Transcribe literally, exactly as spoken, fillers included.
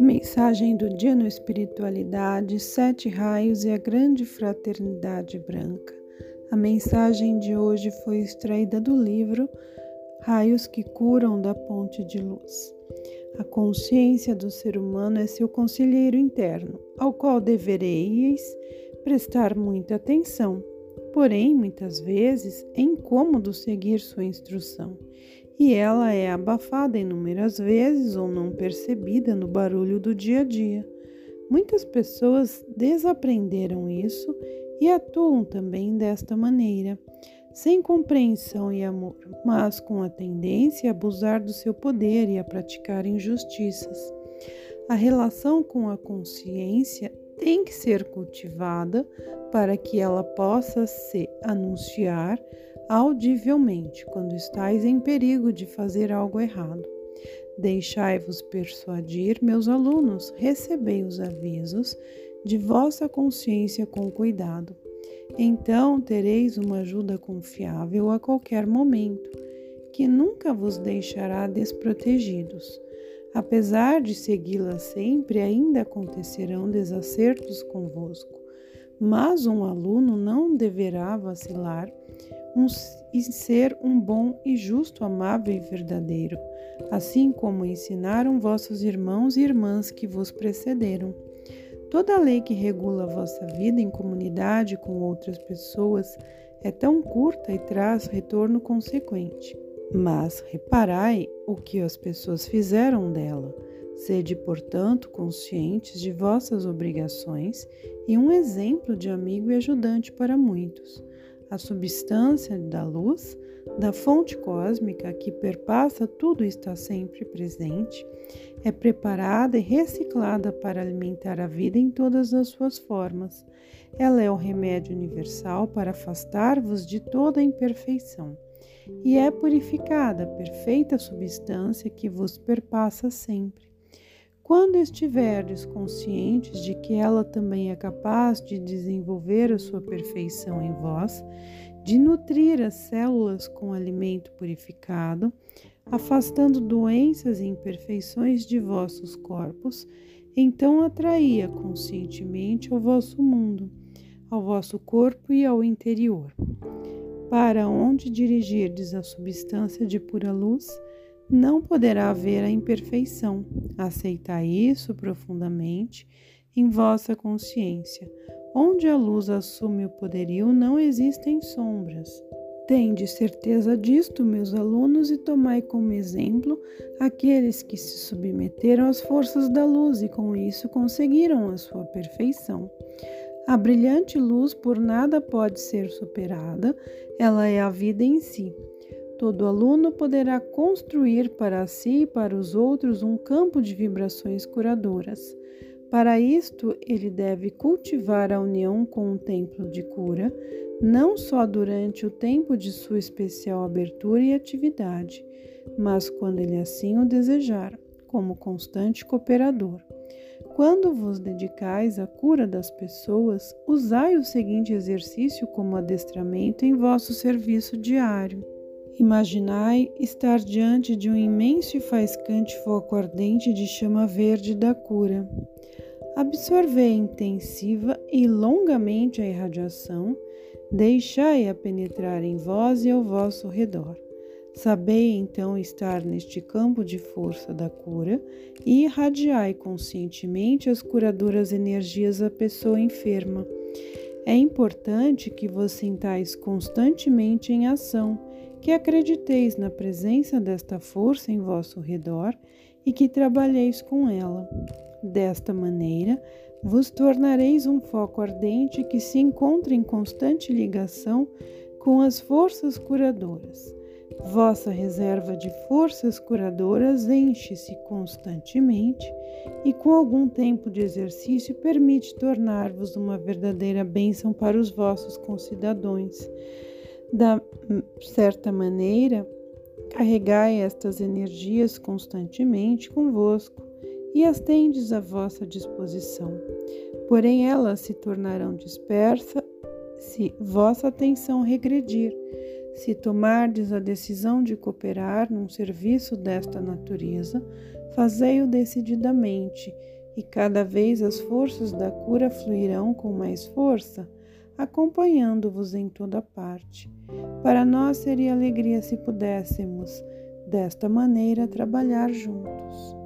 Mensagem do dia no Espiritualidade, Sete Raios e a Grande Fraternidade Branca. A mensagem de hoje foi extraída do livro Raios que Curam, da Ponte de Luz. A consciência do ser humano é seu conselheiro interno, ao qual devereis prestar muita atenção. Porém, muitas vezes, é incômodo seguir sua instrução, e ela é abafada inúmeras vezes ou não percebida no barulho do dia a dia. Muitas pessoas desaprenderam isso e atuam também desta maneira, sem compreensão e amor, mas com a tendência a abusar do seu poder e a praticar injustiças. A relação com a consciência tem que ser cultivada para que ela possa se anunciar audivelmente quando estáis em perigo de fazer algo errado. Deixai-vos persuadir, meus alunos, recebei os avisos de vossa consciência com cuidado. Então tereis uma ajuda confiável a qualquer momento, que nunca vos deixará desprotegidos. Apesar de segui-la sempre, ainda acontecerão desacertos convosco, mas um aluno não deverá vacilar um, em ser um bom e justo, amável e verdadeiro, assim como ensinaram vossos irmãos e irmãs que vos precederam. Toda a lei que regula a vossa vida em comunidade com outras pessoas é tão curta e traz retorno consequente. Mas reparai o que as pessoas fizeram dela. Sede, portanto, conscientes de vossas obrigações e um exemplo de amigo e ajudante para muitos. A substância da luz, da fonte cósmica que perpassa tudo e está sempre presente, é preparada e reciclada para alimentar a vida em todas as suas formas. Ela é o remédio universal para afastar-vos de toda imperfeição. E é purificada, perfeita substância que vos perpassa sempre. Quando estiverdes conscientes de que ela também é capaz de desenvolver a sua perfeição em vós, de nutrir as células com alimento purificado, afastando doenças e imperfeições de vossos corpos, então atraía conscientemente ao vosso mundo, ao vosso corpo e ao interior. Para onde dirigirdes a substância de pura luz, não poderá haver a imperfeição. Aceitai isso profundamente em vossa consciência. Onde a luz assume o poderio, não existem sombras. Tende certeza disto, meus alunos, e tomai como exemplo aqueles que se submeteram às forças da luz e com isso conseguiram a sua perfeição. A brilhante luz por nada pode ser superada, ela é a vida em si. Todo aluno poderá construir para si e para os outros um campo de vibrações curadoras. Para isto, ele deve cultivar a união com o templo de cura, não só durante o tempo de sua especial abertura e atividade, mas quando ele assim o desejar, como constante cooperador. Quando vos dedicais à cura das pessoas, usai o seguinte exercício como adestramento em vosso serviço diário. Imaginai estar diante de um imenso e faiscante foco ardente de chama verde da cura. Absorvei intensiva e longamente a irradiação, deixai-a penetrar em vós e ao vosso redor. Sabei então estar neste campo de força da cura e irradiai conscientemente as curadoras energias da pessoa enferma. É importante que vos sintais constantemente em ação, que acrediteis na presença desta força em vosso redor e que trabalheis com ela. Desta maneira, vos tornareis um foco ardente que se encontra em constante ligação com as forças curadoras. Vossa reserva de forças curadoras enche-se constantemente e, com algum tempo de exercício, permite tornar-vos uma verdadeira bênção para os vossos concidadãos. Da certa maneira, carregai estas energias constantemente convosco e as tendes à vossa disposição. Porém, elas se tornarão dispersas se vossa atenção regredir. Se tomardes a decisão de cooperar num serviço desta natureza, fazei-o decididamente, e cada vez as forças da cura fluirão com mais força, acompanhando-vos em toda parte. Para nós seria alegria se pudéssemos, desta maneira, trabalhar juntos.